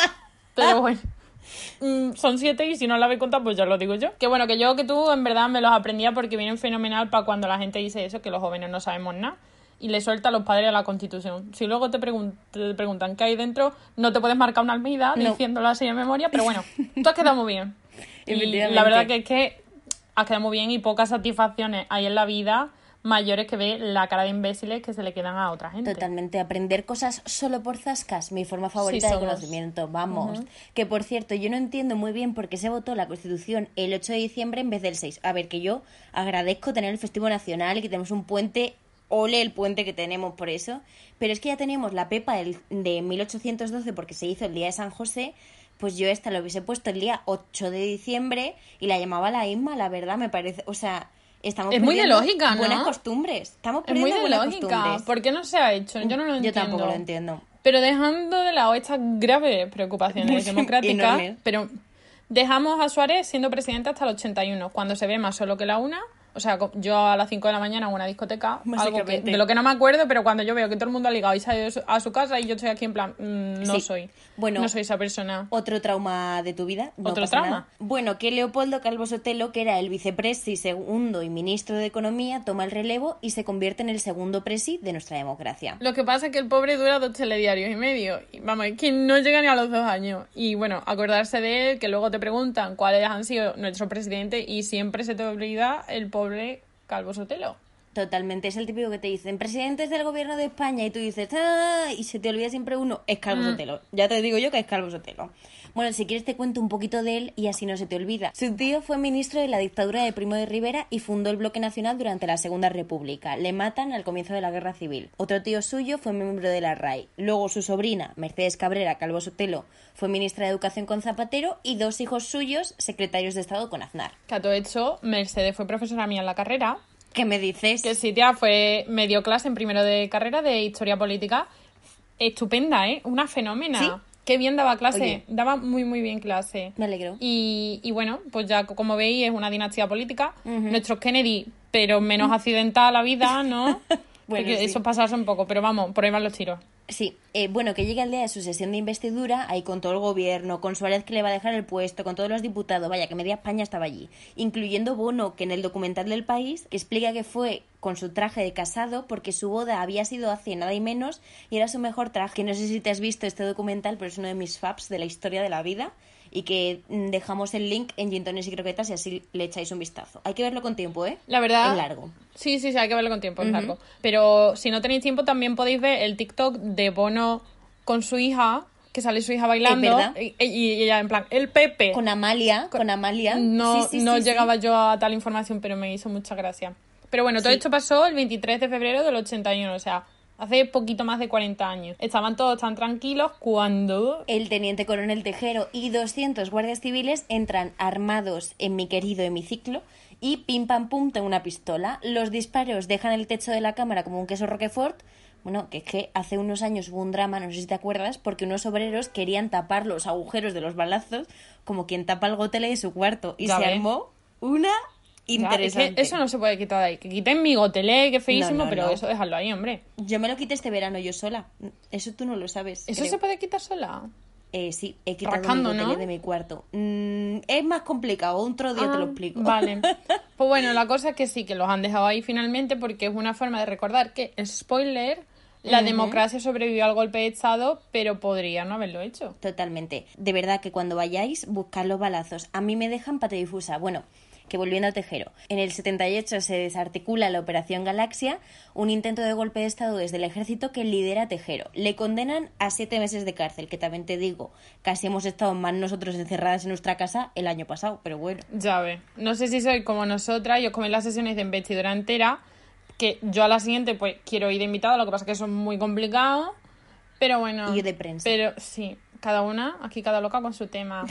Pero bueno, mm, son siete y si no la habéis contado, pues ya lo digo yo. Que bueno, que yo que tú en verdad me los aprendía porque vienen fenomenal para cuando la gente dice eso, que los jóvenes no sabemos nada. Y le suelta a los padres de la Constitución. Si luego te, pregun- te preguntan qué hay dentro, no te puedes marcar una almeida no. diciéndolo así de memoria, pero bueno, tú has quedado muy bien. Y la verdad que es que has quedado muy bien y pocas satisfacciones hay en la vida mayores que ve la cara de imbéciles que se le quedan a otra gente. Totalmente, aprender cosas solo por zascas, mi forma favorita Sí, de somos. conocimiento, vamos. Ujú. Que por cierto, yo no entiendo muy bien por qué se votó la Constitución el ocho de diciembre en vez del seis. A ver, que yo agradezco tener el festivo nacional y que tenemos un puente, ole el puente que tenemos por eso, pero es que ya teníamos la Pepa del, de mil ochocientos doce porque se hizo el día de San José. Pues yo esta lo hubiese puesto el día ocho de diciembre y la llamaba la Isma, la verdad, me parece, o sea... Estamos Es muy de perdiendo lógica, ¿no? buenas costumbres. Estamos Es muy perdiendo de buenas lógica. costumbres. ¿Por qué no se ha hecho? Yo no lo entiendo. Yo tampoco lo entiendo. Pero dejando de lado estas graves preocupaciones democráticas, Enormes. pero dejamos a Suárez siendo presidente hasta el ochenta y uno, cuando se ve más solo que la una. O sea, co- yo a las cinco de la mañana en una discoteca, algo que, Básicamente. de lo que no me acuerdo, pero cuando yo veo que todo el mundo ha ligado y se ha ido a su casa y yo estoy aquí en plan, mm, no Sí. soy. Bueno, no soy esa persona. Otro trauma de tu vida. No ¿Otro pasa trauma? nada. Bueno, que Leopoldo Calvo Sotelo, que era el vicepresi segundo y ministro de Economía, toma el relevo y se convierte en el segundo presi de nuestra democracia. Lo que pasa es que el pobre dura dos telediarios y medio. Y, vamos, es que no llega ni a los dos años. Y bueno, acordarse de él, que luego te preguntan cuáles han sido nuestros presidentes y siempre se te olvida el pobre Calvo Sotelo. Totalmente, es el típico que te dicen presidentes del gobierno de España y tú dices ¡ah! Y se te olvida siempre uno, es Calvo Mm. Sotelo. Ya te digo yo que es Calvo Sotelo. Bueno, si quieres te cuento un poquito de él y así no se te olvida. Su tío fue ministro de la dictadura de Primo de Rivera y fundó el Bloque Nacional durante la Segunda República. Le matan al comienzo de la Guerra Civil. Otro tío suyo fue miembro de la R A I. Luego su sobrina, Mercedes Cabrera Calvo Sotelo, fue ministra de Educación con Zapatero y dos hijos suyos, secretarios de Estado con Aznar. Que a todo hecho, Mercedes fue profesora mía en la carrera. ¿Qué me dices? Que sí, tía, fue medio clase en primero de carrera de Historia Política. Estupenda, ¿eh? Una fenómena. ¿Sí? Qué bien daba clase. Oye. Daba muy, muy bien clase. Me alegro. Y, y bueno, pues ya como veis es una dinastía política. Ujú. Nuestros Kennedy, pero menos accidentada la vida, ¿no? Bueno, Porque sí. eso pasarse un poco, pero vamos, por ahí van los tiros. Sí, eh, bueno, que llega el día de su sesión de investidura, ahí con todo el gobierno, con Suárez que le va a dejar el puesto, con todos los diputados, vaya, que media España estaba allí, incluyendo Bono, que en el documental del País explica que fue con su traje de casado porque su boda había sido hace nada y menos y era su mejor traje. Que no sé si te has visto este documental, pero es uno de mis faps de la historia de la vida y que mm, dejamos el link en Gintones y Croquetas y así le echáis un vistazo. Hay que verlo con tiempo, ¿eh? La verdad... Es largo. Sí, sí, sí, hay que verlo con tiempo, es Ujú. largo. Pero si no tenéis tiempo, también podéis ver el TikTok de Bono con su hija, que sale su hija bailando. Es verdad. Y, y ella, en plan, el Pepe. Con Amalia, con Amalia. No, Sí, sí, no sí, sí. llegaba yo a tal información, pero me hizo mucha gracia. Pero bueno, todo Sí. esto pasó el veintitrés de febrero del ochenta y uno, o sea, hace poquito más de cuarenta años. Estaban todos tan tranquilos cuando... El teniente coronel Tejero y doscientos guardias civiles entran armados en mi querido hemiciclo y pim pam pum tengo una pistola. Los disparos dejan el techo de la cámara como un queso Roquefort. Bueno, que es que hace unos años hubo un drama, no sé si te acuerdas, porque unos obreros querían tapar los agujeros de los balazos como quien tapa el gotele de su cuarto. Y Ya se ves. armó una Ya, es interesante. que eso no se puede quitar de ahí. Que quiten mi gotelé, que feísimo, No, no, pero no. eso déjalo ahí, hombre. Yo me lo quité este verano yo sola. Eso tú no lo sabes. ¿Eso creo. se puede quitar sola? Eh, sí, he quitado Rascando, mi ¿no? gotele de mi cuarto. Mm, es más complicado, otro día te lo Ah, explico. Vale. Pues bueno, la cosa es que sí, que los han dejado ahí finalmente porque es una forma de recordar que, spoiler, la Ujú. democracia sobrevivió al golpe de Estado, pero podría no haberlo hecho. Totalmente. De verdad que cuando vayáis, buscad los balazos. A mí me dejan patidifusa. Bueno, que volviendo a Tejero. En el setenta y ocho se desarticula la Operación Galaxia, un intento de golpe de Estado desde el ejército que lidera Tejero. Le condenan a siete meses de cárcel, que también te digo, casi hemos estado más nosotros encerradas en nuestra casa el año pasado, pero bueno. Ya ves. No sé si soy como nosotras y os coméis las sesiones de investidura entera, que yo a la siguiente pues quiero ir de invitada, lo que pasa es que eso es muy complicado, pero bueno. Y yo de prensa. Pero sí, cada una, aquí cada loca con su tema.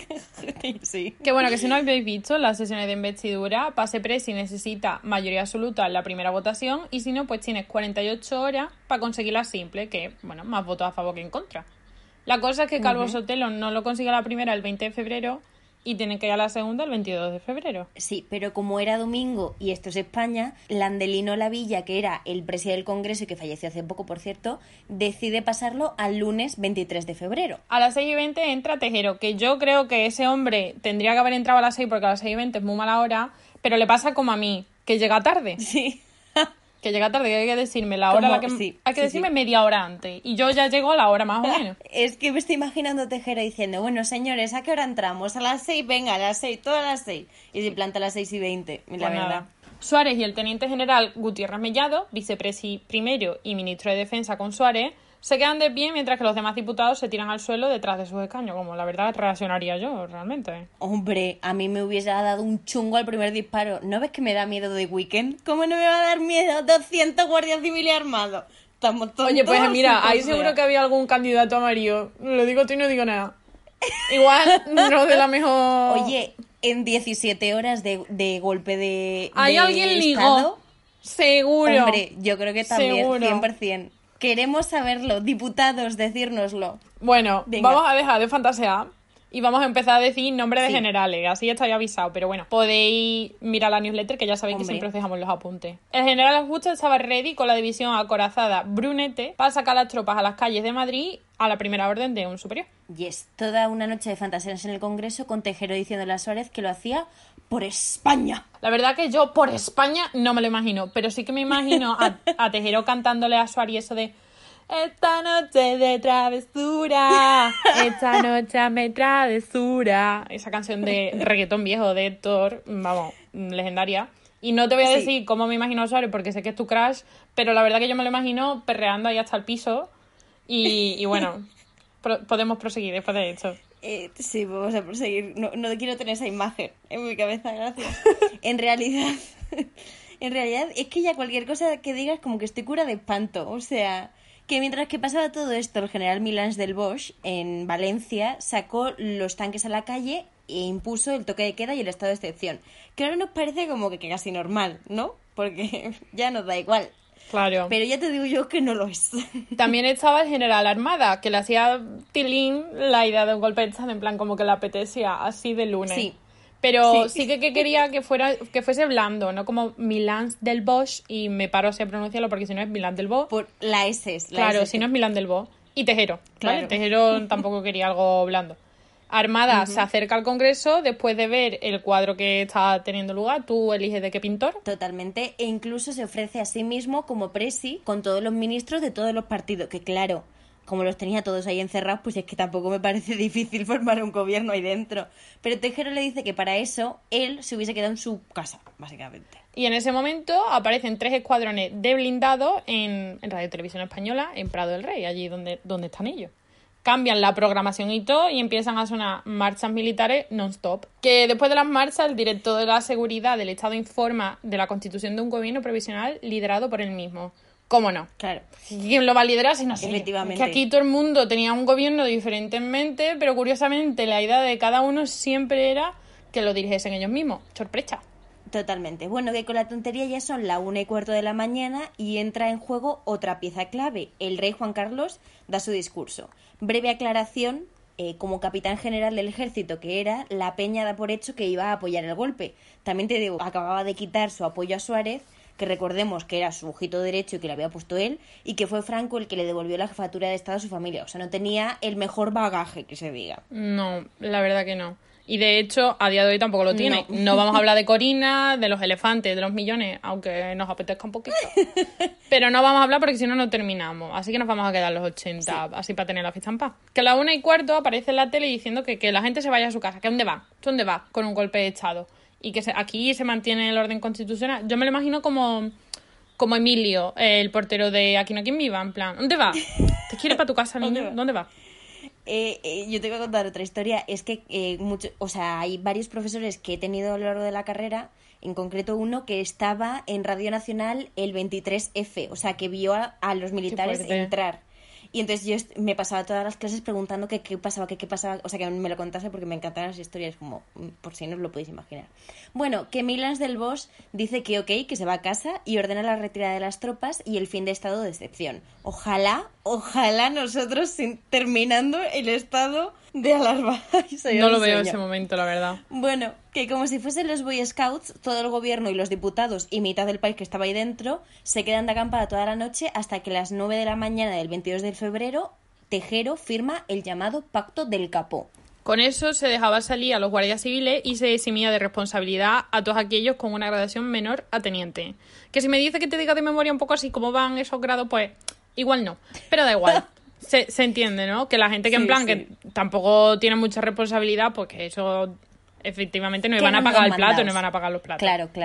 Sí. Que bueno, que si no habéis visto las sesiones de investidura, pase presi necesita mayoría absoluta en la primera votación y si no, pues tienes cuarenta y ocho horas para conseguir la simple, que bueno, más votos a favor que en contra. La cosa es que Calvo Ujú. Sotelo no lo consigue a la primera el veinte de febrero y tiene que ir a la segunda el veintidós de febrero. Sí, pero como era domingo y esto es España, Landelino Lavilla, que era el presidente del Congreso y que falleció hace poco, por cierto, decide pasarlo al lunes veintitrés de febrero. A las seis y veinte entra Tejero, que yo creo que ese hombre tendría que haber entrado a las seis porque a las seis y veinte es muy mala hora, pero le pasa como a mí, que llega tarde. Sí. Que llega tarde, que hay que decirme la hora, Como- a la que, sí, hay que sí, decirme sí. media hora antes. Y yo ya llego a la hora más o menos. Es que me estoy imaginando a Tejero diciendo, bueno, señores, ¿a qué hora entramos? A las seis, venga, a las seis, todas las seis. Y se planta a las seis y veinte, la Pues verdad. nada. Suárez y el teniente general Gutiérrez Mellado, vicepresi primero y ministro de Defensa con Suárez, se quedan de pie mientras que los demás diputados se tiran al suelo detrás de sus escaños, como la verdad reaccionaría yo, realmente. Hombre, a mí me hubiese dado un chungo al primer disparo. ¿No ves que me da miedo de Weekend? ¿Cómo no me va a dar miedo doscientos guardias civiles armados? Estamos tontos. Oye, pues mira, ahí o sea. seguro que había algún candidato amarillo. Lo digo tú y no digo nada. Igual no de la mejor... Oye, en diecisiete horas de, de golpe de ¿Hay de alguien ligó? Estado, Seguro. hombre, yo creo que también, Seguro. cien por ciento. Queremos saberlo, diputados, decírnoslo. Bueno, Venga. vamos a dejar de fantasear y vamos a empezar a decir nombres de Sí. generales. Así ya estoy avisado, pero bueno, podéis mirar la newsletter que ya sabéis Hombre. que siempre os dejamos los apuntes. El general Augusto estaba ready con la división acorazada Brunete para sacar las tropas a las calles de Madrid a la primera orden de un superior. Y es toda una noche de fantasías en el Congreso con Tejero diciéndole a Suárez que lo hacía por España. La verdad que yo por España no me lo imagino, pero sí que me imagino a, a Tejero cantándole a Suárez eso de esta noche de travesura, esta noche me travesura. Esa canción de reggaetón viejo de Héctor, vamos, legendaria. Y no te voy a Sí. decir cómo me imagino a Suárez porque sé que es tu crush, pero la verdad que yo me lo imagino perreando ahí hasta el piso. Y, y bueno, pro- podemos proseguir después de esto. Eh, sí, vamos a proseguir. No, no quiero tener esa imagen en mi cabeza, gracias. En realidad, en realidad es que ya cualquier cosa que digas como que estoy cura de espanto. O sea, que mientras que pasaba todo esto, el general Milans del Bosch en Valencia sacó los tanques a la calle e impuso el toque de queda y el estado de excepción. Que ahora nos parece como que, que casi normal, ¿no? Porque ya nos da igual. Claro. Pero ya te digo yo que no lo es. También estaba el general Armada, que le hacía tilín la idea de un golpe de estado, en plan como que le apetecía, así de lunes. Sí. Pero Sí. sí, que, que quería que fuera que fuese blando, no como Milán del Bosch, y me paro así a pronunciarlo porque si no es Milán del Bosch. Por la S es. La Claro, S. si no es Milán del Bosch. Y Tejero, ¿vale? Claro. Tejero tampoco quería algo blando. Armada uh-huh. se acerca al Congreso después de ver el cuadro que está teniendo lugar. Tú eliges de qué pintor. Totalmente, e incluso se ofrece a sí mismo como presi con todos los ministros de todos los partidos, que claro, como los tenía todos ahí encerrados, pues es que tampoco me parece difícil formar un gobierno ahí dentro. Pero Tejero le dice que para eso él se hubiese quedado en su casa, básicamente. Y en ese momento aparecen tres escuadrones de blindados en, en Radio Televisión Española, en Prado del Rey, allí donde, donde están ellos. Cambian la programación y todo y empiezan a sonar marchas militares non-stop. Que después de las marchas, el director de la seguridad del Estado informa de la constitución de un gobierno provisional liderado por él mismo. ¿Cómo no? Claro. ¿Quién lo va a liderar si no sé? Efectivamente. Es que aquí todo el mundo tenía un gobierno diferente en mente, pero curiosamente la idea de cada uno siempre era que lo dirigiesen ellos mismos. Sorpresa. Totalmente. Bueno, que con la tontería ya son la una y cuarto de la mañana y entra en juego otra pieza clave. El rey Juan Carlos da su discurso. Breve aclaración, eh, como capitán general del ejército que era, la Peña da por hecho que iba a apoyar el golpe. También te digo, acababa de quitar su apoyo a Suárez, que recordemos que era su ojito derecho y que le había puesto él, y que fue Franco el que le devolvió la jefatura de Estado a su familia. O sea, no tenía el mejor bagaje, que se diga. No, la verdad que no. Y de hecho, a día de hoy tampoco lo tiene. No. No vamos a hablar de Corina, de los elefantes, de los millones, aunque nos apetezca un poquito. Pero no vamos a hablar porque si no, no terminamos. Así que nos vamos a quedar los ochenta, sí. Así para tener la fiesta en paz. Que a la una y cuarto aparece en la tele diciendo que, que la gente se vaya a su casa. ¿Que dónde va? ¿Tú dónde vas? Con un golpe de Estado. Y que se, aquí se mantiene el orden constitucional. Yo me lo imagino como, como Emilio, el portero de Aquí no hay quien viva. En plan, ¿dónde vas? ¿Te quieres para tu casa, niño? ¿Dónde ¿Dónde vas? Eh, eh, yo te voy a contar otra historia. Es que eh, mucho, o sea, hay varios profesores que he tenido a lo largo de la carrera, en concreto uno que estaba en Radio Nacional el veintitrés efe, o sea, que vio a, a los militares entrar. Y entonces yo est- me pasaba todas las clases preguntando qué qué pasaba, qué qué pasaba, o sea, que me lo contase porque me encantan las historias, como por si no os lo podéis imaginar. Bueno, que Milans del Bosch dice que ok, que se va a casa y ordena la retirada de las tropas y el fin de estado de excepción. Ojalá, ojalá nosotros sin, terminando el estado de alarma. No lo veo en ese momento, la verdad. Bueno, que como si fuesen los Boy Scouts, todo el gobierno y los diputados y mitad del país que estaba ahí dentro se quedan de acampada toda la noche hasta que a las nueve de la mañana del veintidós de febrero Tejero firma el llamado Pacto del Capó. Con eso se dejaba salir a los guardias civiles y se eximía de responsabilidad a todos aquellos con una gradación menor a teniente. Que si me dice que te diga de memoria un poco así cómo van esos grados, pues igual no, pero da igual. Se, se entiende, ¿no? Que la gente que Sí, en plan sí. que tampoco tiene mucha responsabilidad, pues que eso efectivamente no Que iban a eran pagar los el plato, mandados. no iban a pagar los platos. Claro, claro.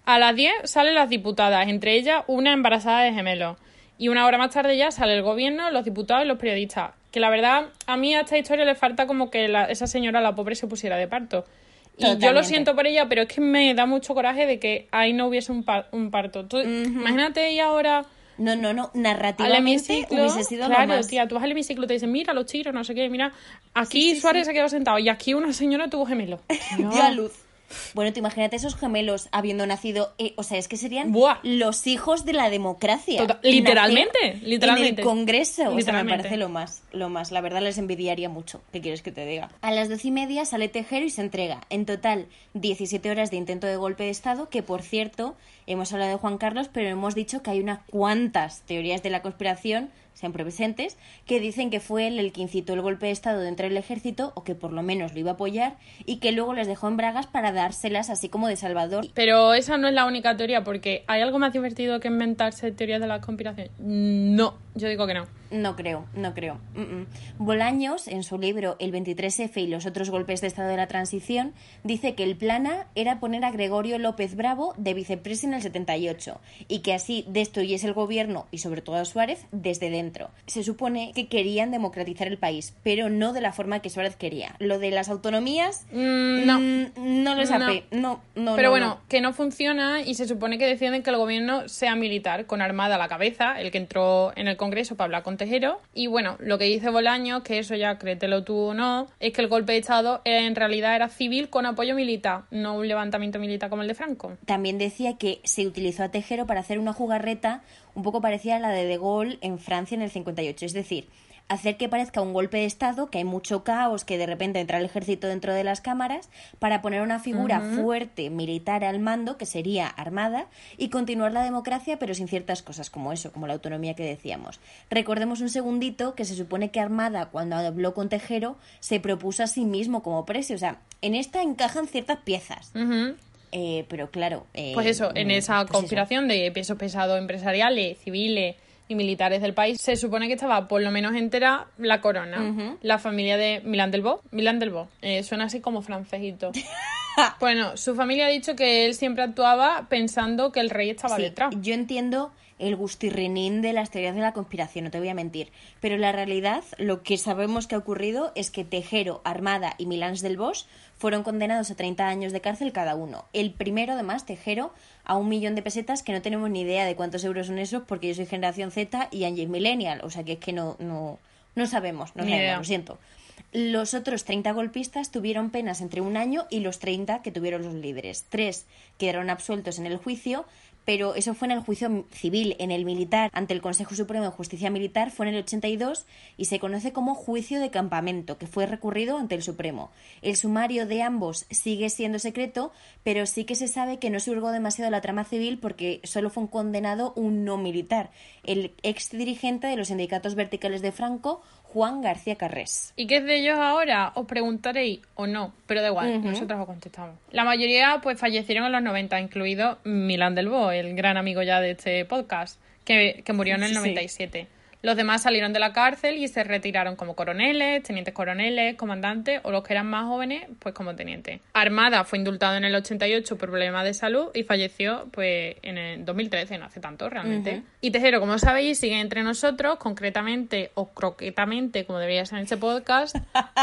A las diez salen las diputadas, entre ellas una embarazada de gemelos. Y una hora más tarde ya sale el gobierno, los diputados y los periodistas. Que la verdad, a mí a esta historia le falta como que la, esa señora, la pobre, se pusiera de parto. Y Totalmente. Yo lo siento por ella, pero es que me da mucho coraje de que ahí no hubiese un, par, un parto. Tú, uh-huh. Imagínate y ahora... No, no, no, narrativamente hubiese sido claro, lo más. Tía, tú vas al hemiciclo y te dicen, mira los tiros, no sé qué, mira, aquí sí, sí, Suárez sí. se quedó sentado y aquí una señora tuvo gemelos. Dio a luz. Bueno, tú imagínate esos gemelos habiendo nacido, eh, o sea, es que serían Buah. los hijos de la democracia. Total, literalmente, literalmente. En el Congreso, o sea, me parece lo más, lo más. La verdad les envidiaría mucho, ¿qué quieres que te diga? A las doce y media sale Tejero y se entrega. En total, diecisiete horas de intento de golpe de Estado, que por cierto, hemos hablado de Juan Carlos, pero hemos dicho que hay unas cuantas teorías de la conspiración siempre presentes, que dicen que fue él el que incitó el golpe de Estado dentro del ejército, o que por lo menos lo iba a apoyar, y que luego les dejó en bragas para dárselas así como de Salvador. Pero esa no es la única teoría, porque ¿hay algo más divertido que inventarse teorías de la conspiración? No, yo digo que no. No creo, no creo. Mm-mm. Bolaños, en su libro El veintitrés efe y los otros golpes de Estado de la Transición, dice que el plan A era poner a Gregorio López Bravo de vicepresidente en el setenta y ocho, y que así destruyese el gobierno y sobre todo a Suárez desde dentro. Se supone que querían democratizar el país, pero no de la forma que Suárez quería. Lo de las autonomías, mm, no, mm, no lo sabe. No. No, no, pero no, bueno, no. que no funciona y se supone que defienden que el gobierno sea militar, con Armada a la cabeza, el que entró en el Congreso para hablar con Tejero. Y bueno, lo que dice Bolaños, que eso ya créetelo tú o no, es que el golpe de Estado en realidad era civil con apoyo militar, no un levantamiento militar como el de Franco. También decía que se utilizó a Tejero para hacer una jugarreta un poco parecida a la de De Gaulle en Francia en el cincuenta y ocho, es decir, hacer que parezca un golpe de Estado, que hay mucho caos, que de repente entra el ejército dentro de las cámaras, para poner una figura uh-huh. fuerte militar al mando, que sería Armada, y continuar la democracia, pero sin ciertas cosas como eso, como la autonomía que decíamos. Recordemos un segundito que se supone que Armada, cuando habló con Tejero, se propuso a sí mismo como precio. O sea, en esta encajan ciertas piezas. Uh-huh. Eh, pero claro... Eh, pues eso, en esa pues conspiración eso. de pesos pesados empresariales, civiles y militares del país, se supone que estaba por lo menos entera la corona, uh-huh. la familia de Milán del Bosch. Milán del Bosch, eh, suena así como francesito. Bueno, su familia ha dicho que él siempre actuaba pensando que el rey estaba sí, detrás. Yo entiendo el gustirrinín de las teorías de la conspiración, no te voy a mentir, pero la realidad, lo que sabemos que ha ocurrido es que Tejero, Armada y Milán del Bosch fueron condenados a treinta años de cárcel cada uno. El primero, además, Tejero, a un millón de pesetas, que no tenemos ni idea de cuántos euros son esos, porque yo soy generación Z y Angie es millennial, o sea que es que no, no, no sabemos, no ni sabemos, idea. Lo siento. Los otros treinta golpistas tuvieron penas entre un año y los treinta que tuvieron los líderes. Tres quedaron absueltos en el juicio, pero eso fue en el juicio civil. En el militar, ante el Consejo Supremo de Justicia Militar, fue en el ochenta y dos y se conoce como juicio de campamento, que fue recurrido ante el Supremo. El sumario de ambos sigue siendo secreto, pero sí que se sabe que no se hurgó demasiado la trama civil porque solo fue un condenado un no militar, el ex dirigente de los sindicatos verticales de Franco, Juan García Carrés. ¿Y qué es de ellos ahora? Os preguntaréis o no, pero da igual, uh-huh. nosotros os contestamos. La mayoría pues fallecieron en los noventa, incluido Milán del Bosch, el gran amigo ya de este podcast, que, que murió en el noventa y siete. Sí. Los demás salieron de la cárcel y se retiraron como coroneles, tenientes coroneles, comandantes, o los que eran más jóvenes, pues como tenientes. Armada fue indultado en el ochenta y ocho por problemas de salud y falleció pues en el dos mil trece, no hace tanto realmente. Uh-huh. Y Tejero, como sabéis, sigue entre nosotros, concretamente o croquetamente, como debería ser en este podcast,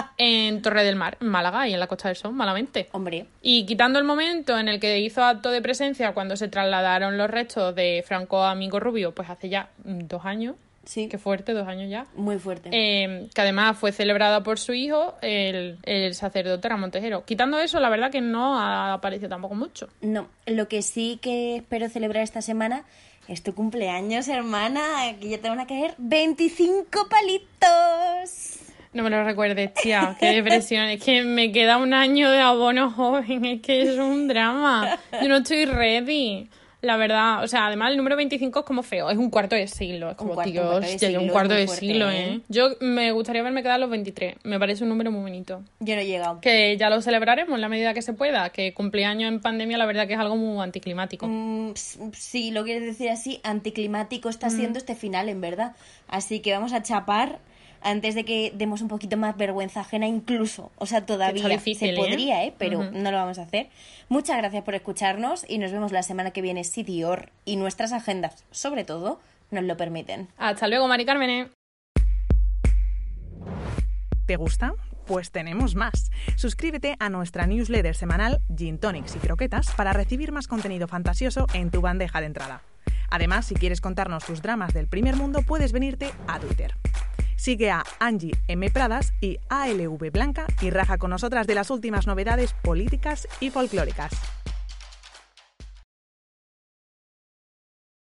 en Torre del Mar, en Málaga y en la Costa del Sol, malamente. Hombre. Y quitando el momento en el que hizo acto de presencia cuando se trasladaron los restos de Franco a Amigo Rubio, pues hace ya dos años. Sí. Qué fuerte, dos años ya. Muy fuerte. Eh, que además fue celebrada por su hijo, el, el sacerdote Ramón Tejero. Quitando eso, la verdad que no ha aparecido tampoco mucho. No, lo que sí que espero celebrar esta semana es tu cumpleaños, hermana, que ya te van a caer veinticinco palitos. No me lo recuerdes, tía, qué depresión. Es que me queda un año de abono joven, es que es un drama. Yo no estoy ready. La verdad, o sea, además el número veinticinco es como feo, es un cuarto de siglo, es como, cuarto, Dios, un ya llevo un cuarto de fuerte, siglo, ¿eh? ¿eh? Yo me gustaría haberme quedado a los veintitrés, me parece un número muy bonito. Yo no he llegado. Que ya lo celebraremos en la medida que se pueda, que cumpleaños en pandemia la verdad que es algo muy anticlimático. Mm, sí, lo quieres decir así, anticlimático está siendo mm. este final, en verdad. Así que vamos a chapar antes de que demos un poquito más vergüenza ajena incluso. O sea, todavía Está difícil, se ¿eh? podría, ¿eh? Pero Uh-huh. no lo vamos a hacer. Muchas gracias por escucharnos y nos vemos la semana que viene si Dior y nuestras agendas, sobre todo, nos lo permiten. Hasta luego, Mari Carmen. ¿Te gusta? Pues tenemos más. Suscríbete a nuestra newsletter semanal Gin Tonics y Croquetas para recibir más contenido fantasioso en tu bandeja de entrada. Además, si quieres contarnos tus dramas del primer mundo, puedes venirte a Twitter. Sigue a Angie M. Pradas y A L V Blanca y raja con nosotras de las últimas novedades políticas y folclóricas.